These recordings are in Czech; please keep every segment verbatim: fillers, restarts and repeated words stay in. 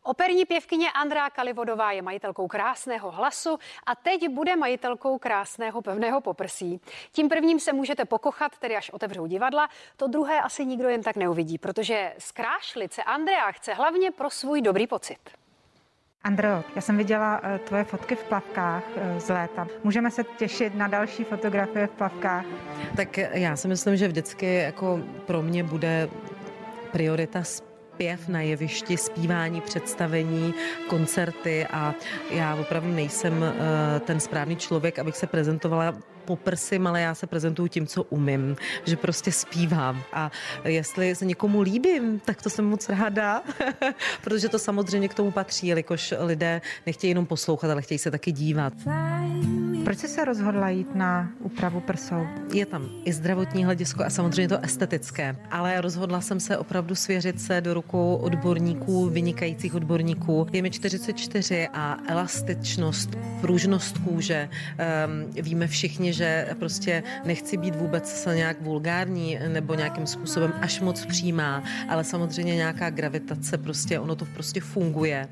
Operní pěvkyně Andrea Kalivodová je majitelkou krásného hlasu a teď bude majitelkou krásného pevného poprsí. Tím prvním se můžete pokochat, tedy až otevřou divadla, to druhé asi nikdo jen tak neuvidí, protože zkrášlit se Andrea chce hlavně pro svůj dobrý pocit. Andreo, já jsem viděla tvoje fotky v plavkách z léta. Můžeme se těšit na další fotografie v plavkách? Tak já si myslím, že vždycky jako pro mě bude priorita zpěv na jevišti, zpívání, představení, koncerty a já opravdu nejsem ten správný člověk, abych se prezentovala poprsím, ale já se prezentuju tím, co umím, že prostě zpívám a jestli se někomu líbím, tak to jsem moc ráda, protože to samozřejmě k tomu patří, jelikož lidé nechtějí jenom poslouchat, ale chtějí se taky dívat. Proč jsi se rozhodla jít na úpravu prsou? Je tam i zdravotní hledisko a samozřejmě to estetické, ale rozhodla jsem se opravdu svěřit se do rukou odborníků, vynikajících odborníků. Je mi čtyřicet čtyři a elastičnost, pružnost kůže, um, víme všichni, že prostě nechci být vůbec nějak vulgární nebo nějakým způsobem až moc přímá, ale samozřejmě nějaká gravitace, prostě ono to prostě funguje.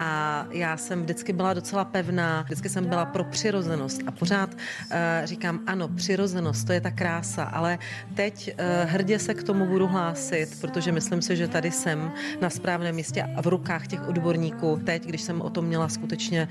A já jsem vždycky byla docela pevná, vždycky jsem byla pro přirozenost a pořád uh, říkám, ano, přirozenost, to je ta krása, ale teď uh, hrdě se k tomu budu hlásit, protože myslím si, že tady jsem na správném místě a v rukách těch odborníků. Teď, když jsem o tom měla skutečně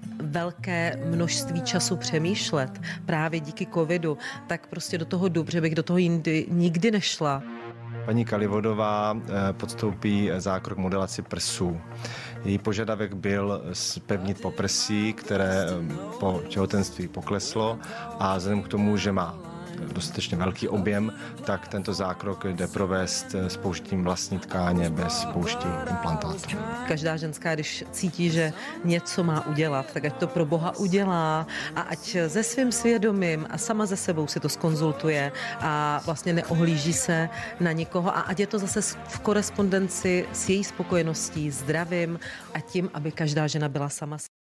velké množství času přemýšlet právě díky covidu, tak prostě do toho dobře bych do toho jindy nikdy nešla. Paní Kalivodová podstoupí zákrok modelaci prsů. Její požadavek byl zpevnit poprsí, které po těhotenství pokleslo a vzhledem k tomu, že má dostatečně velký objem, tak tento zákrok jde provést s použitím vlastní tkáně bez použití implantátu. Každá ženská, když cítí, že něco má udělat, tak ať to pro Boha udělá a ať se svým svědomím a sama ze sebou si to zkonzultuje a vlastně neohlíží se na nikoho a ať je to zase v korespondenci s její spokojeností, zdravím a tím, aby každá žena byla sama.